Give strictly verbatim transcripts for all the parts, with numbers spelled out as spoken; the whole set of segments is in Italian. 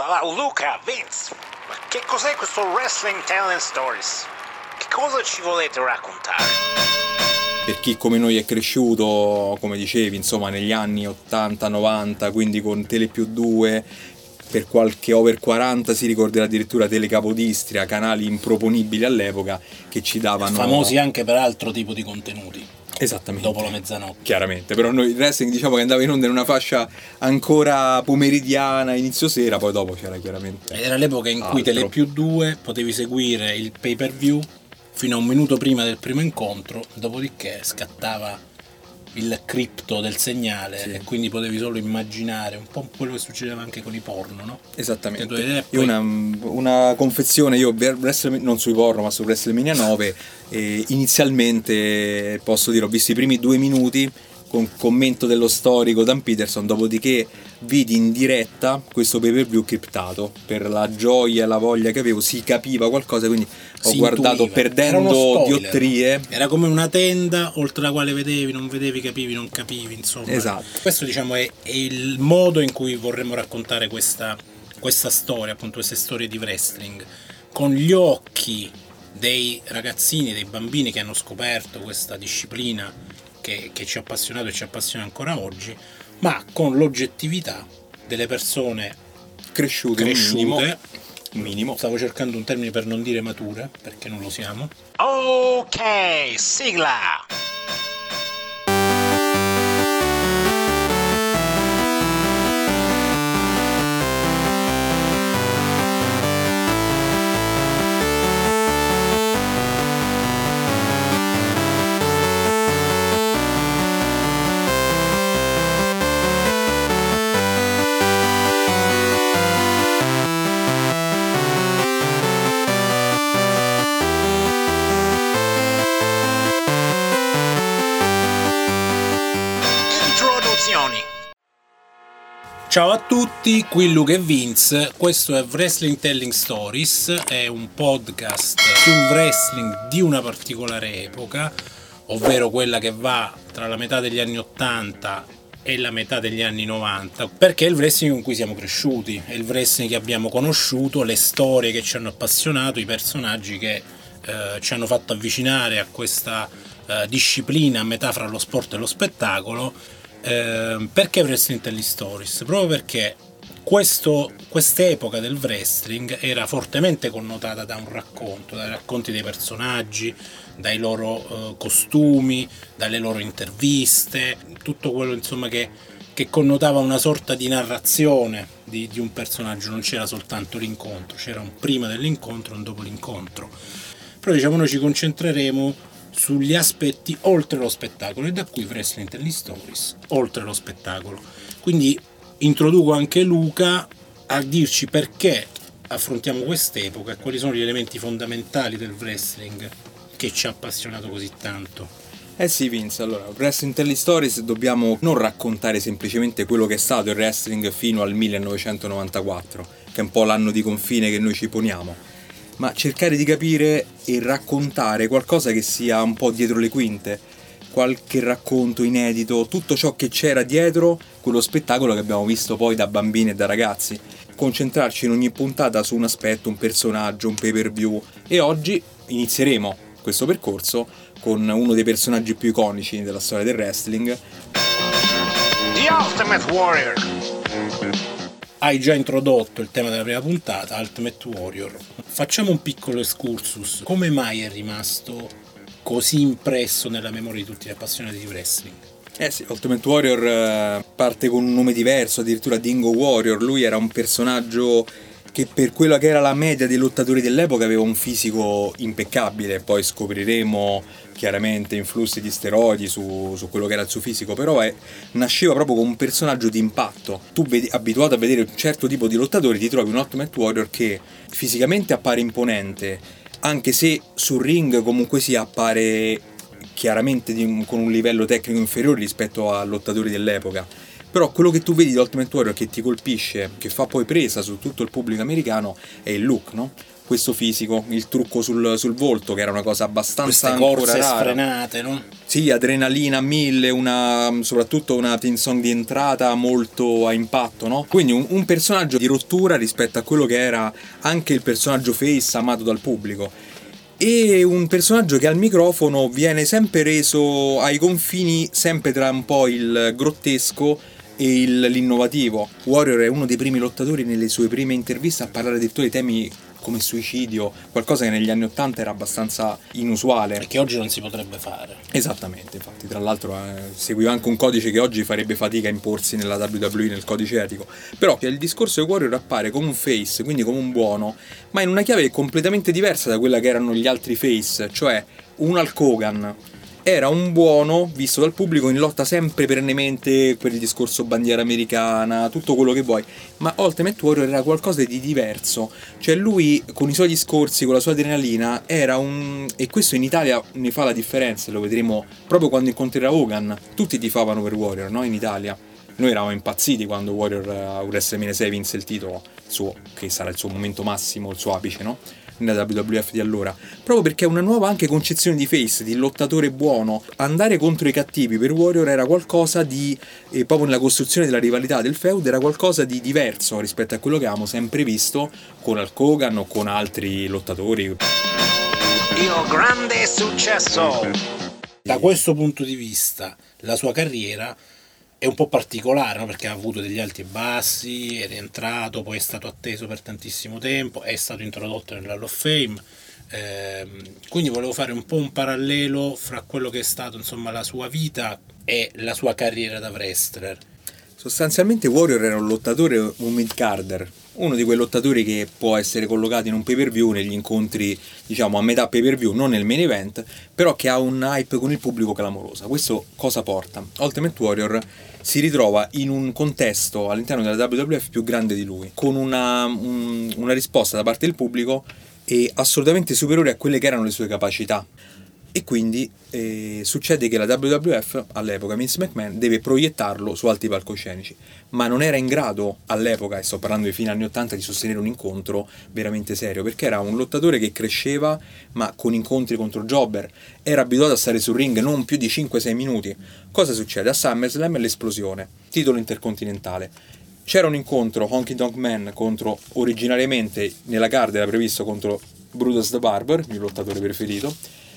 wow, Luca, Vince, ma che cos'è questo Wrestling Talent Stories? Che cosa ci volete raccontare? Per chi come noi è cresciuto, come dicevi, insomma, negli anni ottanta novanta, quindi con Tele più due, per qualche over quaranta si ricorderà addirittura Telecapodistria, canali improponibili all'epoca che ci davano... Famosi anche per altro tipo di contenuti. Esattamente. Dopo la mezzanotte. Chiaramente, però noi il wrestling diciamo che andava in onda in una fascia ancora pomeridiana, inizio sera, poi dopo c'era chiaramente... Era l'epoca in cui altro. Tele più due potevi seguire il pay per view fino a un minuto prima del primo incontro, dopodiché scattava il cripto del segnale, sì. E quindi potevi solo immaginare un po' quello che succedeva anche con i porno, no? Esattamente. Io poi... una, una confezione, io non sui porno ma su WrestleMania nove, eh, inizialmente posso dire ho visto i primi due minuti con commento dello storico Dan Peterson, dopodiché vidi in diretta questo pay per view criptato, per la gioia e la voglia che avevo, si capiva qualcosa, quindi ho si guardato intuiva. perdendo diottrie. Era come una tenda oltre la quale vedevi, non vedevi, capivi, non capivi, insomma. Esatto. Questo diciamo è, è il modo in cui vorremmo raccontare questa, questa storia, appunto queste storie di wrestling, con gli occhi dei ragazzini, dei bambini che hanno scoperto questa disciplina che, che ci ha appassionato e ci appassiona ancora oggi, ma con l'oggettività delle persone cresciute, cresciute minimo. minimo. Stavo cercando un termine per non dire mature, perché non lo siamo. Ok, sigla! Ciao a tutti, qui Luca e Vince, questo è Wrestling Telling Stories, è un podcast sul wrestling di una particolare epoca, ovvero quella che va tra la metà degli anni ottanta e la metà degli anni novanta, perché è il wrestling con cui siamo cresciuti, è il wrestling che abbiamo conosciuto, le storie che ci hanno appassionato, i personaggi che eh, ci hanno fatto avvicinare a questa eh, disciplina a metà fra lo sport e lo spettacolo. Eh, perché Wrestling Telling Stories? Proprio perché questo, quest'epoca del wrestling era fortemente connotata da un racconto, dai racconti dei personaggi, dai loro eh, costumi, dalle loro interviste, tutto quello insomma che, che connotava una sorta di narrazione di, di un personaggio. Non c'era soltanto l'incontro, c'era un prima dell'incontro e un dopo l'incontro. Però diciamo noi ci concentreremo sugli aspetti oltre lo spettacolo, e da qui Wrestling Telling Stories, oltre lo spettacolo. Quindi introduco anche Luca a dirci perché affrontiamo quest'epoca e quali sono gli elementi fondamentali del wrestling che ci ha appassionato così tanto. Eh sì Vince, allora Wrestling Telling Stories dobbiamo non raccontare semplicemente quello che è stato il wrestling fino al millenovecentonovantaquattro, che è un po' l'anno di confine che noi ci poniamo, ma cercare di capire e raccontare qualcosa che sia un po' dietro le quinte, qualche racconto inedito, tutto ciò che c'era dietro quello spettacolo che abbiamo visto poi da bambini e da ragazzi, concentrarci in ogni puntata su un aspetto, un personaggio, un pay per view, e oggi inizieremo questo percorso con uno dei personaggi più iconici della storia del wrestling, The Ultimate Warrior. Hai già introdotto il tema della prima puntata, Ultimate Warrior. Facciamo un piccolo excursus. Come mai è rimasto così impresso nella memoria di tutti gli appassionati di wrestling? Eh sì, Ultimate Warrior eh, parte con un nome diverso, addirittura Dingo Warrior. Lui era un personaggio che per quella che era la media dei lottatori dell'epoca aveva un fisico impeccabile. Poi scopriremo chiaramente influssi di steroidi su, su quello che era il suo fisico, però è, nasceva proprio come un personaggio di impatto. Tu vedi, abituato a vedere un certo tipo di lottatori, ti trovi un Ultimate Warrior che fisicamente appare imponente, anche se sul ring comunque si appare chiaramente di un, con un livello tecnico inferiore rispetto a lottatori dell'epoca. Però quello che tu vedi di Ultimate Warrior che ti colpisce, che fa poi presa su tutto il pubblico americano, è il look, no? questo fisico, il trucco sul, sul volto, che era una cosa abbastanza queste corse rara. sfrenate, no? Sì, adrenalina a mille, una, soprattutto una theme song di entrata molto a impatto, no? Quindi un, un personaggio di rottura rispetto a quello che era anche il personaggio face amato dal pubblico. E un personaggio che al microfono viene sempre reso ai confini, sempre tra un po' il grottesco e il, l'innovativo. Warrior è uno dei primi lottatori nelle sue prime interviste a parlare addirittura di temi come suicidio, qualcosa che negli anni ottanta era abbastanza inusuale e che oggi non si potrebbe fare. Esattamente, infatti, tra l'altro eh, seguiva anche un codice che oggi farebbe fatica a imporsi nella W W E, nel codice etico. Però il discorso di Warrior appare come un face, quindi come un buono, ma in una chiave completamente diversa da quella che erano gli altri face, cioè un Hulk Hogan era un buono visto dal pubblico in lotta sempre perennemente per il discorso bandiera americana, tutto quello che vuoi, ma Ultimate Warrior era qualcosa di diverso, cioè lui con i suoi discorsi, con la sua adrenalina era un... e questo in Italia ne fa la differenza, lo vedremo proprio quando incontrerà Hogan, tutti tifavano per Warrior, no? In Italia noi eravamo impazziti quando Warrior a WrestleMania sei vinse il titolo suo, che sarà il suo momento massimo, il suo apice, no? Nella W W F di allora, proprio perché è una nuova anche concezione di face, di lottatore buono. Andare contro i cattivi per Warrior era qualcosa di, eh, proprio nella costruzione della rivalità del feud, era qualcosa di diverso rispetto a quello che avevamo sempre visto con Hulk Hogan o con altri lottatori. Il grande successo. Da questo punto di vista la sua carriera è un po' particolare, no? Perché ha avuto degli alti e bassi, è rientrato, poi è stato atteso per tantissimo tempo, è stato introdotto nell'Hall of Fame, ehm, quindi volevo fare un po' un parallelo fra quello che è stato, insomma, la sua vita e la sua carriera da wrestler. Sostanzialmente Warrior era un lottatore, un mid-carder, uno di quei lottatori che può essere collocato in un pay-per-view, negli incontri diciamo a metà pay-per-view, non nel main event, però che ha un hype con il pubblico clamorosa. Questo cosa porta? Ultimate Warrior si ritrova in un contesto all'interno della W W F più grande di lui, con una, un, una risposta da parte del pubblico e assolutamente superiore a quelle che erano le sue capacità. E quindi eh, succede che la W W F all'epoca, Vince McMahon, deve proiettarlo su alti palcoscenici, ma non era in grado all'epoca, e sto parlando di fine anni ottanta, di sostenere un incontro veramente serio, perché era un lottatore che cresceva ma con incontri contro jobber, era abituato a stare sul ring non più di cinque sei minuti. Cosa succede? A SummerSlam l'esplosione, titolo intercontinentale. C'era un incontro Honky Tonk Man contro, originariamente nella card era previsto contro Brutus the Barber, il mio lottatore preferito.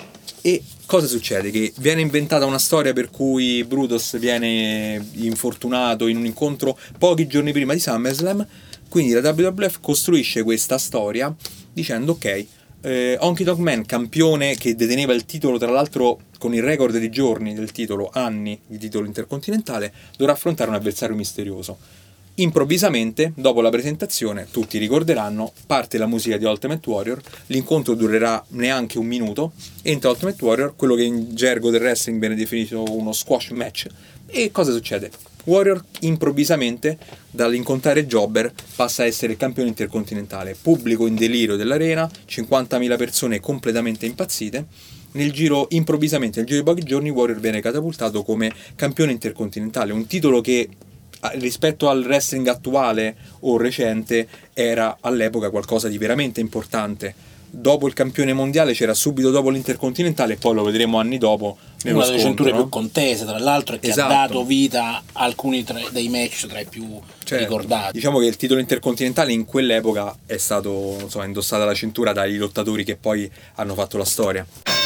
E cosa succede? Che viene inventata una storia per cui Brutus viene infortunato in un incontro pochi giorni prima di SummerSlam, quindi la W W F costruisce questa storia dicendo ok, eh, Honky Tonk Man, campione che deteneva il titolo tra l'altro con il record di giorni del titolo, anni di titolo intercontinentale, dovrà affrontare un avversario misterioso. Improvvisamente, dopo la presentazione, tutti ricorderanno, parte la musica di Ultimate Warrior, l'incontro durerà neanche un minuto, entra Ultimate Warrior, quello che in gergo del wrestling viene definito uno squash match, e cosa succede? Warrior improvvisamente, dall'incontrare Jobber, passa a essere il campione intercontinentale, pubblico in delirio dell'arena, cinquantamila persone completamente impazzite. Nel giro, improvvisamente, nel giro di pochi giorni, Warrior viene catapultato come campione intercontinentale, un titolo che rispetto al wrestling attuale o recente era all'epoca qualcosa di veramente importante. Dopo il campione mondiale c'era subito dopo l'intercontinentale e poi lo vedremo anni dopo nello una delle scontro, cinture no? più contese tra l'altro e che Esatto. ha dato vita a alcuni tra, dei match tra i più certo. ricordati. Diciamo che il titolo intercontinentale in quell'epoca è stato, non so, indossato alla cintura dai lottatori che poi hanno fatto la storia.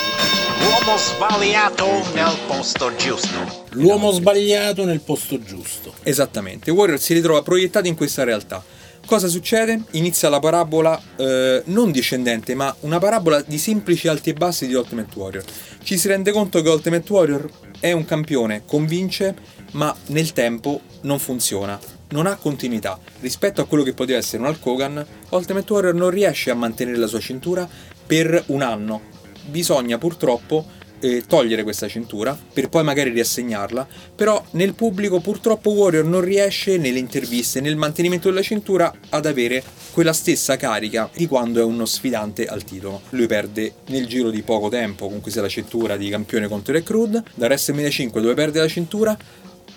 L'uomo sbagliato nel posto giusto. L'uomo sbagliato nel posto giusto. Esattamente, Warrior si ritrova proiettato in questa realtà. Cosa succede? Inizia la parabola eh, non discendente, ma una parabola di semplici alti e bassi di Ultimate Warrior. Ci si rende conto che Ultimate Warrior è un campione, convince, ma nel tempo non funziona, non ha continuità. Rispetto a quello che poteva essere un Hulk Hogan, Ultimate Warrior non riesce a mantenere la sua cintura per un anno. Bisogna purtroppo eh, togliere questa cintura per poi magari riassegnarla, però nel pubblico purtroppo Warrior non riesce nelle interviste, nel mantenimento della cintura, ad avere quella stessa carica di quando è uno sfidante al titolo. Lui perde nel giro di poco tempo, comunque sia la cintura di campione contro Rick Rude, da WrestleMania cinque dove perde la cintura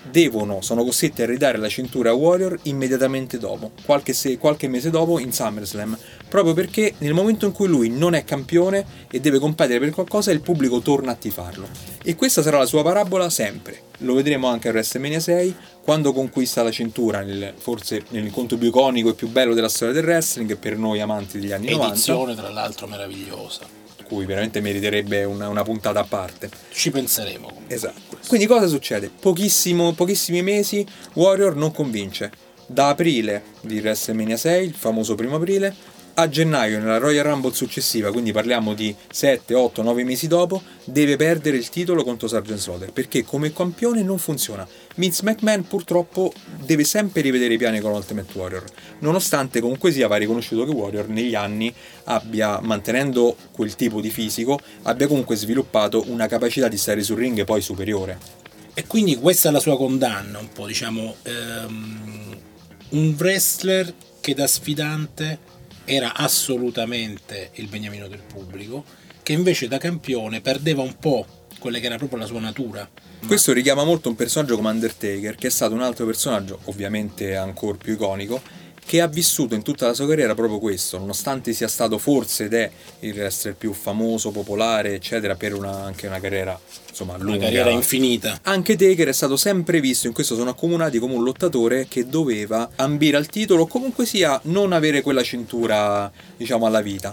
devono, sono costretti a ridare la cintura a Warrior immediatamente dopo, qualche, se, qualche mese dopo in SummerSlam, proprio perché nel momento in cui lui non è campione e deve competere per qualcosa, il pubblico torna a tifarlo. E questa sarà la sua parabola sempre. Lo vedremo anche a WrestleMania sei, quando conquista la cintura, nel, forse nell'incontro più iconico e più bello della storia del wrestling per noi amanti degli anni novanta. Edizione tra l'altro meravigliosa, cui veramente meriterebbe una, una puntata a parte. Ci penseremo. Esatto. Quindi cosa succede? Pochissimo, pochissimi mesi, Warrior non convince. Da aprile di WrestleMania sei, il famoso primo aprile, a gennaio nella Royal Rumble successiva, quindi parliamo di sette, otto, nove mesi dopo, deve perdere il titolo contro Sergeant Slaughter, perché come campione non funziona. Vince McMahon purtroppo deve sempre rivedere i piani con Ultimate Warrior, nonostante comunque sia va riconosciuto che Warrior negli anni abbia, mantenendo quel tipo di fisico, abbia comunque sviluppato una capacità di stare sul ring poi superiore. E quindi questa è la sua condanna, un po', diciamo, ehm, un wrestler che da sfidante era assolutamente il beniamino del pubblico, che invece da campione perdeva un po' quella che era proprio la sua natura. Questo richiama molto un personaggio come Undertaker, che è stato un altro personaggio, ovviamente ancora più iconico, che ha vissuto in tutta la sua carriera proprio questo, nonostante sia stato forse ed è il wrestler più famoso, popolare, eccetera, per una, anche una carriera, insomma, lunga. Una carriera infinita. Anche Taker è stato sempre visto, in questo sono accomunati, come un lottatore che doveva ambire al titolo o comunque sia non avere quella cintura, diciamo, alla vita.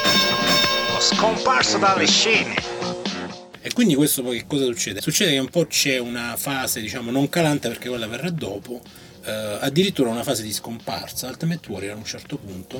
Scomparso dalle scene. E quindi questo poi che cosa succede? Succede che un po' c'è una fase, diciamo, non calante, perché quella verrà dopo, eh, addirittura una fase di scomparsa. Ultimate Warrior a un certo punto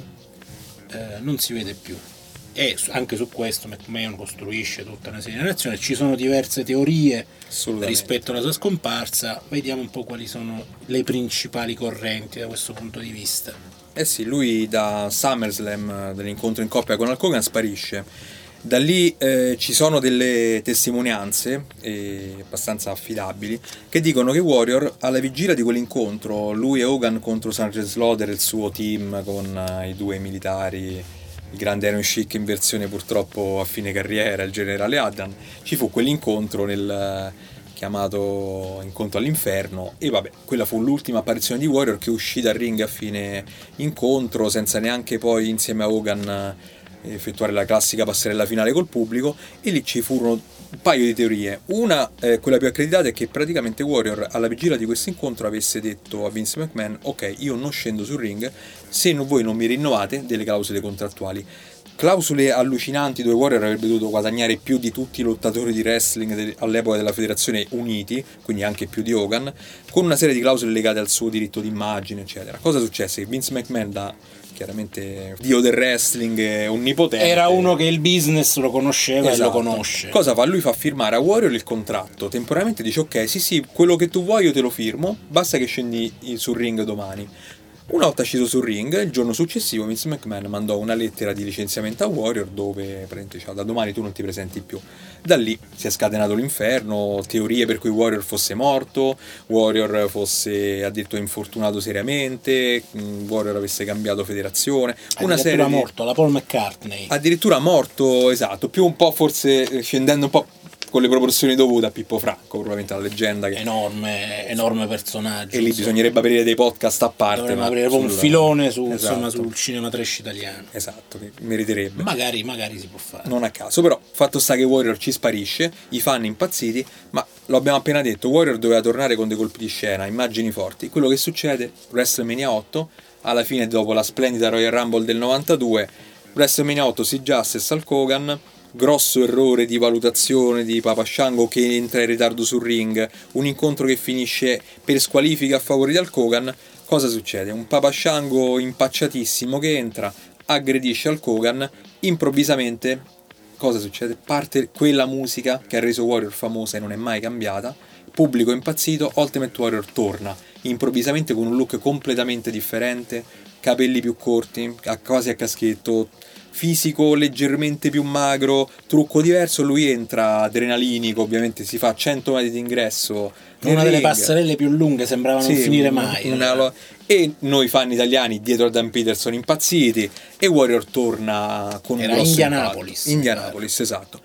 eh, non si vede più. E anche su questo McMahon costruisce tutta una serie di narrazioni. Ci sono diverse teorie rispetto alla sua scomparsa. Vediamo un po' quali sono le principali correnti da questo punto di vista. Eh sì, lui da SummerSlam, dall'incontro in coppia con Hulk Hogan, sparisce. Da lì eh, ci sono delle testimonianze eh, abbastanza affidabili che dicono che Warrior, alla vigilia di quell'incontro, lui e Hogan contro Sergeant Slaughter e il suo team con uh, i due militari, il grande Iron Sheik in versione purtroppo a fine carriera, il generale Adnan, ci fu quell'incontro nel uh, chiamato incontro all'inferno, e vabbè, quella fu l'ultima apparizione di Warrior, che uscì dal ring a fine incontro senza neanche poi insieme a Hogan effettuare la classica passerella finale col pubblico. E lì ci furono un paio di teorie. Una, eh, quella più accreditata, è che praticamente Warrior alla vigilia di questo incontro avesse detto a Vince McMahon: ok, io non scendo sul ring se non, voi non mi rinnovate delle clausole contrattuali. Clausole allucinanti, dove Warrior avrebbe dovuto guadagnare più di tutti i lottatori di wrestling de- all'epoca della Federazione Uniti, quindi anche più di Hogan, con una serie di clausole legate al suo diritto d'immagine, eccetera. Cosa successe? Che Vince McMahon, da chiaramente dio del wrestling onnipotente, era uno che il business lo conosceva, esatto, e lo conosce. Cosa fa? Lui fa firmare a Warrior il contratto, temporaneamente dice: ok, sì sì, quello che tu vuoi io te lo firmo, basta che scendi sul ring domani. Una volta sceso sul ring, il giorno successivo Vince McMahon mandò una lettera di licenziamento a Warrior, dove diceva: da domani tu non ti presenti più. Da lì si è scatenato l'inferno, teorie per cui Warrior fosse morto, Warrior fosse addirittura infortunato seriamente, Warrior avesse cambiato federazione, una serie di... morto, la Paul McCartney. Addirittura morto, esatto, più un po' forse scendendo un po' con le proporzioni dovute a Pippo Franco, probabilmente la leggenda che... enorme enorme personaggio, e lì insomma, bisognerebbe aprire dei podcast a parte, dovremmo ma aprire sul... un filone su, esatto. insomma, sul cinema trash italiano, esatto, che meriterebbe, magari magari si può fare, non a caso. Però fatto sta che Warrior ci sparisce, i fan impazziti, ma lo abbiamo appena detto, Warrior doveva tornare con dei colpi di scena, immagini forti. Quello che succede, WrestleMania otto, alla fine, dopo la splendida Royal Rumble del novantadue, WrestleMania otto si Justice al Hogan, grosso errore di valutazione di Papa Shango che entra in ritardo sul ring, un incontro che finisce per squalifica a favore di Hulk Hogan. Cosa succede? Un Papa Shango impacciatissimo che entra, aggredisce Hulk Hogan, improvvisamente cosa succede? Parte quella musica che ha reso Warrior famosa e non è mai cambiata, pubblico impazzito, Ultimate Warrior torna improvvisamente con un look completamente differente, capelli più corti, quasi a caschetto, fisico leggermente più magro, trucco diverso. Lui entra adrenalinico, ovviamente si fa cento metri di ingresso, una delle passerelle più lunghe, sembrava non sì, finire mai, una, e noi fan italiani dietro a Dan Peterson impazziti, e Warrior torna con era un grosso Indianapolis Indianapolis, esatto.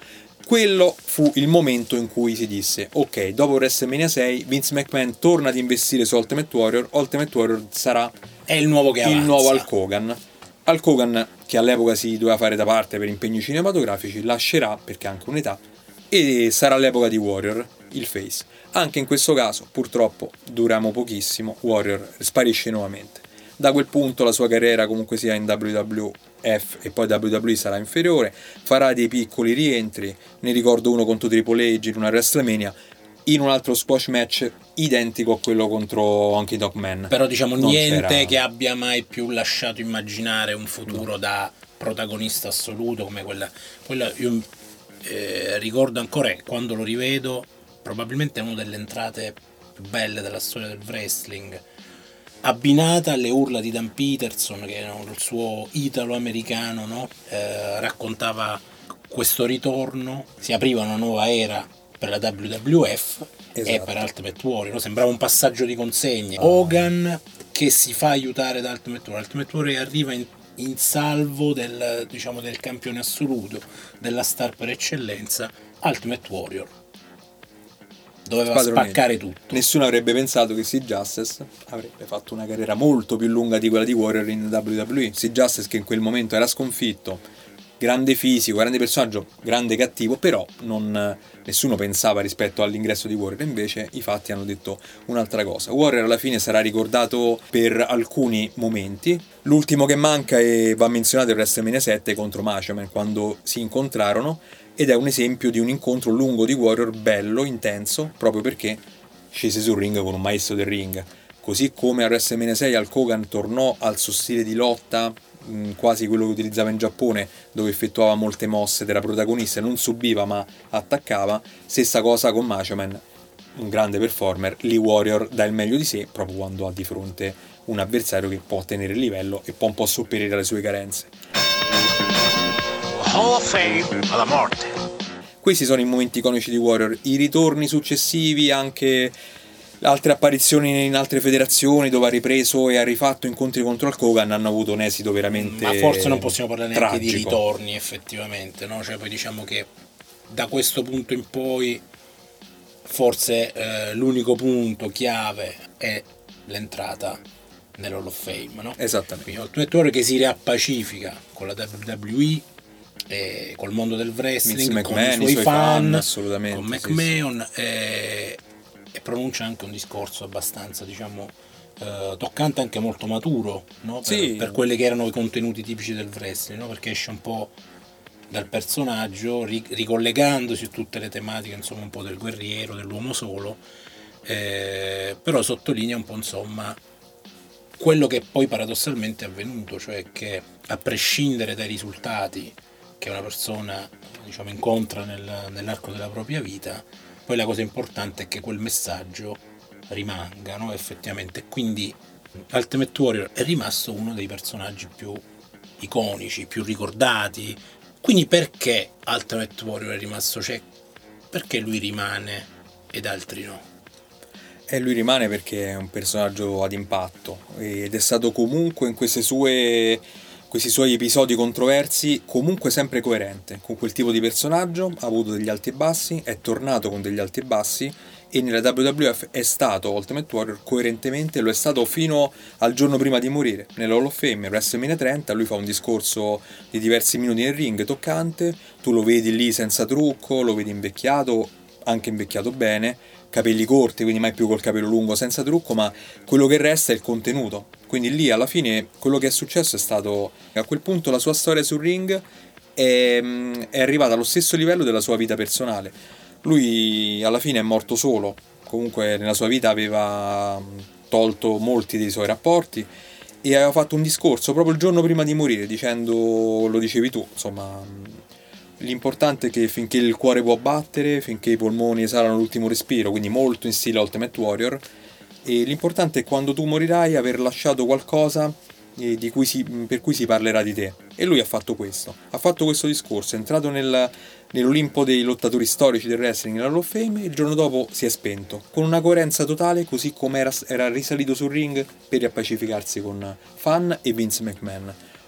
quello fu il momento in cui si disse: ok, dopo WrestleMania sei Vince McMahon torna ad investire su Ultimate Warrior, Ultimate Warrior sarà è il nuovo che il avanza. nuovo Hulk Hogan. Hulk Hogan, che all'epoca si doveva fare da parte per impegni cinematografici, lascerà, perché ha anche un'età, e sarà l'epoca di Warrior, il face. Anche in questo caso, purtroppo, duriamo pochissimo, Warrior sparisce nuovamente. Da quel punto la sua carriera comunque sia in W W F e poi W W E sarà inferiore, farà dei piccoli rientri, ne ricordo uno contro Triple H in una WrestleMania, in un altro squash match identico a quello contro anche Doc Man. Però diciamo non niente c'era... che abbia mai più lasciato immaginare un futuro no. da protagonista assoluto come quella, quella io eh, ricordo ancora quando lo rivedo, probabilmente è una delle entrate più belle della storia del wrestling, abbinata alle urla di Dan Peterson, che era il suo italo-americano, no? eh, raccontava questo ritorno, si apriva una nuova era per la W W F esatto. e per Ultimate Warrior, no? Sembrava un passaggio di consegne. Oh. Hogan che si fa aiutare da Ultimate Warrior, Ultimate Warrior arriva in, in salvo del, diciamo, del campione assoluto, della star per eccellenza, Ultimate Warrior doveva spaccare tutto. Nessuno avrebbe pensato che Sid Justice avrebbe fatto una carriera molto più lunga di quella di Warrior in W W E. Sid Justice, che in quel momento era sconfitto, grande fisico, grande personaggio, grande cattivo, però non, nessuno pensava rispetto all'ingresso di Warrior. Invece i fatti hanno detto un'altra cosa. Warrior alla fine sarà ricordato per alcuni momenti. L'ultimo che manca e va menzionato è il WrestleMania sette contro Macho Man, quando si incontrarono, ed è un esempio di un incontro lungo di Warrior, bello, intenso, proprio perché scese sul ring con un maestro del ring. Così come a WrestleMania sei Hulk Hogan tornò al suo stile di lotta, mh, quasi quello che utilizzava in Giappone, dove effettuava molte mosse, era protagonista, non subiva ma attaccava. Stessa cosa con Macho Man, un grande performer. Lì Warrior dà il meglio di sé proprio quando ha di fronte un avversario che può tenere il livello e può un po' sopperire alle sue carenze. Hall of Fame alla morte. Questi sono i momenti iconici di Warrior. I ritorni successivi, anche altre apparizioni in altre federazioni dove ha ripreso e ha rifatto incontri contro Hulk Hogan, hanno avuto un esito veramente ma forse non possiamo parlare neanche tragico. Di ritorni effettivamente, no? Cioè poi diciamo che da questo punto in poi forse eh, l'unico punto chiave è l'entrata nell'Hall of Fame, no? Esattamente. Quindi Ultimate Warrior che si riappacifica con la W W E, eh, col mondo del wrestling, Vince con McMahon, i suoi, i suoi fan, fan, assolutamente, con McMahon, sì, sì. Eh, e pronuncia anche un discorso abbastanza, diciamo, eh, toccante, anche molto maturo, no? Per, sì. per quelli che erano i contenuti tipici del wrestling, no? Perché esce un po' dal personaggio, ricollegandosi su tutte le tematiche, insomma, un po' del guerriero, dell'uomo solo, eh, però sottolinea un po', insomma, quello che poi paradossalmente è avvenuto, cioè che a prescindere dai risultati che una persona, diciamo, incontra nel, nell'arco della propria vita, poi la cosa importante è che quel messaggio rimanga, no? Effettivamente. Quindi Ultimate Warrior è rimasto uno dei personaggi più iconici, più ricordati. Quindi perché Ultimate Warrior è rimasto, cioè perché lui rimane ed altri no? E lui rimane perché è un personaggio ad impatto ed è stato comunque in queste sue, questi suoi episodi controversi comunque sempre coerente con quel tipo di personaggio. Ha avuto degli alti e bassi, è tornato con degli alti e bassi, e nella W W F è stato Ultimate Warrior coerentemente, lo è stato fino al giorno prima di morire. Nell'Hall of Fame, WrestleMania trenta, lui fa un discorso di diversi minuti nel ring toccante, tu lo vedi lì senza trucco, lo vedi invecchiato, anche invecchiato bene, capelli corti, quindi mai più col capello lungo senza trucco, ma quello che resta è il contenuto. Quindi lì alla fine quello che è successo è stato, a quel punto la sua storia sul ring è, è arrivata allo stesso livello della sua vita personale. Lui alla fine è morto solo, comunque nella sua vita aveva tolto molti dei suoi rapporti e aveva fatto un discorso proprio il giorno prima di morire dicendo, lo dicevi tu, insomma, l'importante è che finché il cuore può battere, finché i polmoni esalano l'ultimo respiro, quindi molto in stile Ultimate Warrior, e l'importante è quando tu morirai aver lasciato qualcosa di cui si, per cui si parlerà di te. E lui ha fatto questo, ha fatto questo discorso, è entrato nel, nell'Olimpo dei lottatori storici del wrestling, nella Hall of Fame, e il giorno dopo si è spento, con una coerenza totale, così come era, era risalito sul ring per riappacificarsi con fan e Vince McMahon.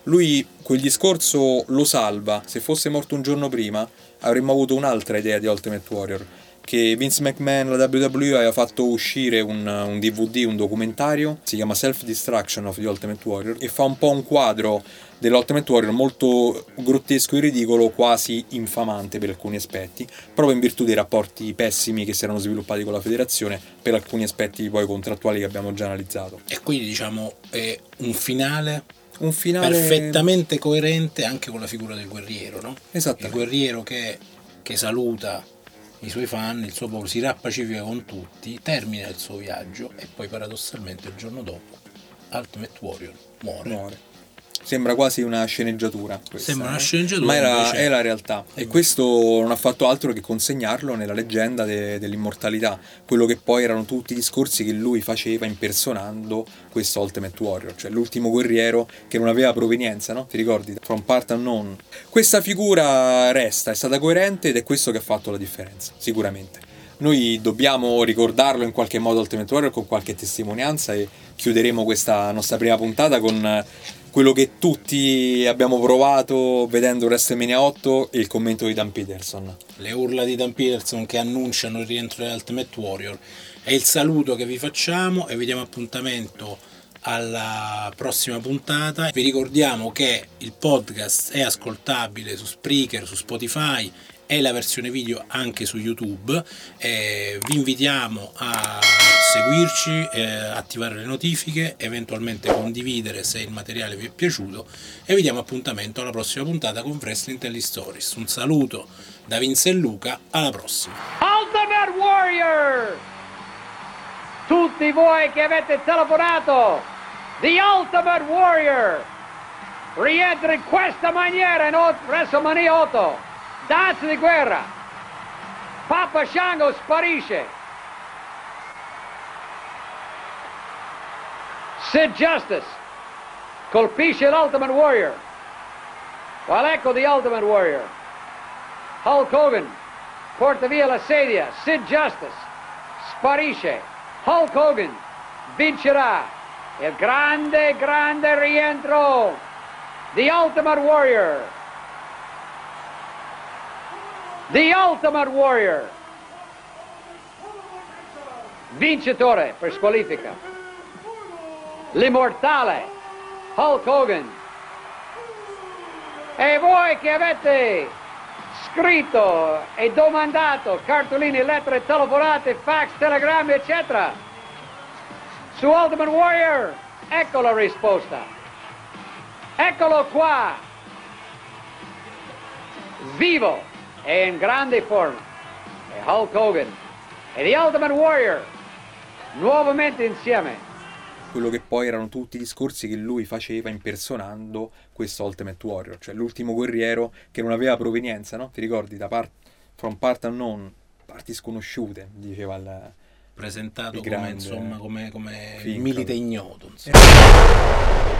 Lui quel discorso lo salva. Se fosse morto un giorno prima avremmo avuto un'altra idea di Ultimate Warrior, che Vince McMahon, la W W E, aveva fatto uscire un, un D V D, un documentario, si chiama Self-Destruction of the Ultimate Warrior, e fa un po' un quadro dell'Ultimate Warrior molto grottesco e ridicolo, quasi infamante per alcuni aspetti, proprio in virtù dei rapporti pessimi che si erano sviluppati con la federazione per alcuni aspetti poi contrattuali che abbiamo già analizzato. E quindi diciamo è un finale, un finale perfettamente coerente anche con la figura del guerriero, no? Esatto. Il guerriero che, che saluta i suoi fan, il suo popolo, si rappacifica con tutti, termina il suo viaggio e poi paradossalmente il giorno dopo Ultimate Warrior muore. muore. Sembra quasi una sceneggiatura questa, Sembra una eh? sceneggiatura, ma era, invece è la realtà. E questo non ha fatto altro che consegnarlo nella leggenda de, dell'immortalità, quello che poi erano tutti i discorsi che lui faceva impersonando questo Ultimate Warrior, cioè l'ultimo guerriero che non aveva provenienza, no? Ti ricordi? From part unknown. Questa figura resta, è stata coerente ed è questo che ha fatto la differenza, sicuramente. Noi dobbiamo ricordarlo in qualche modo Ultimate Warrior con qualche testimonianza, e chiuderemo questa nostra prima puntata con quello che tutti abbiamo provato vedendo WrestleMania otto e il commento di Dan Peterson. Le urla di Dan Peterson che annunciano il rientro dell'Ultimate Warrior è il saluto che vi facciamo e vi diamo appuntamento alla prossima puntata. Vi ricordiamo che il podcast è ascoltabile su Spreaker, su Spotify e la versione video anche su YouTube. E vi invitiamo a seguirci, eh, attivare le notifiche, eventualmente condividere se il materiale vi è piaciuto, e vi diamo appuntamento alla prossima puntata con Wrestling Telling Stories. Un saluto da Vince e Luca, alla prossima. Ultimate Warrior! Tutti voi che avete telefonato, The Ultimate Warrior rientra in questa maniera in WrestleMania otto, danza di guerra. Papa Shango sparisce. Sid Justice colpisce l'Ultimate Warrior. Qual ecco The Ultimate Warrior. Hulk Hogan porta via la sedia. Sid Justice sparisce. Hulk Hogan vincerà il grande, grande rientro. The Ultimate Warrior. The Ultimate Warrior. Vincitore per squalifica. L'immortale Hulk Hogan. E voi che avete scritto e domandato cartoline, lettere, telefonate, fax, telegrammi, eccetera, su Ultimate Warrior, ecco la risposta. Eccolo qua, vivo e in grande forma. E Hulk Hogan e The Ultimate Warrior nuovamente insieme. Quello che poi erano tutti i discorsi che lui faceva impersonando questo Ultimate Warrior, cioè l'ultimo guerriero che non aveva provenienza, no? Ti ricordi? Da part, from part unknown, parti sconosciute, diceva il presentato il come, grande insomma, come, come Finkel. milite ignoto, insomma.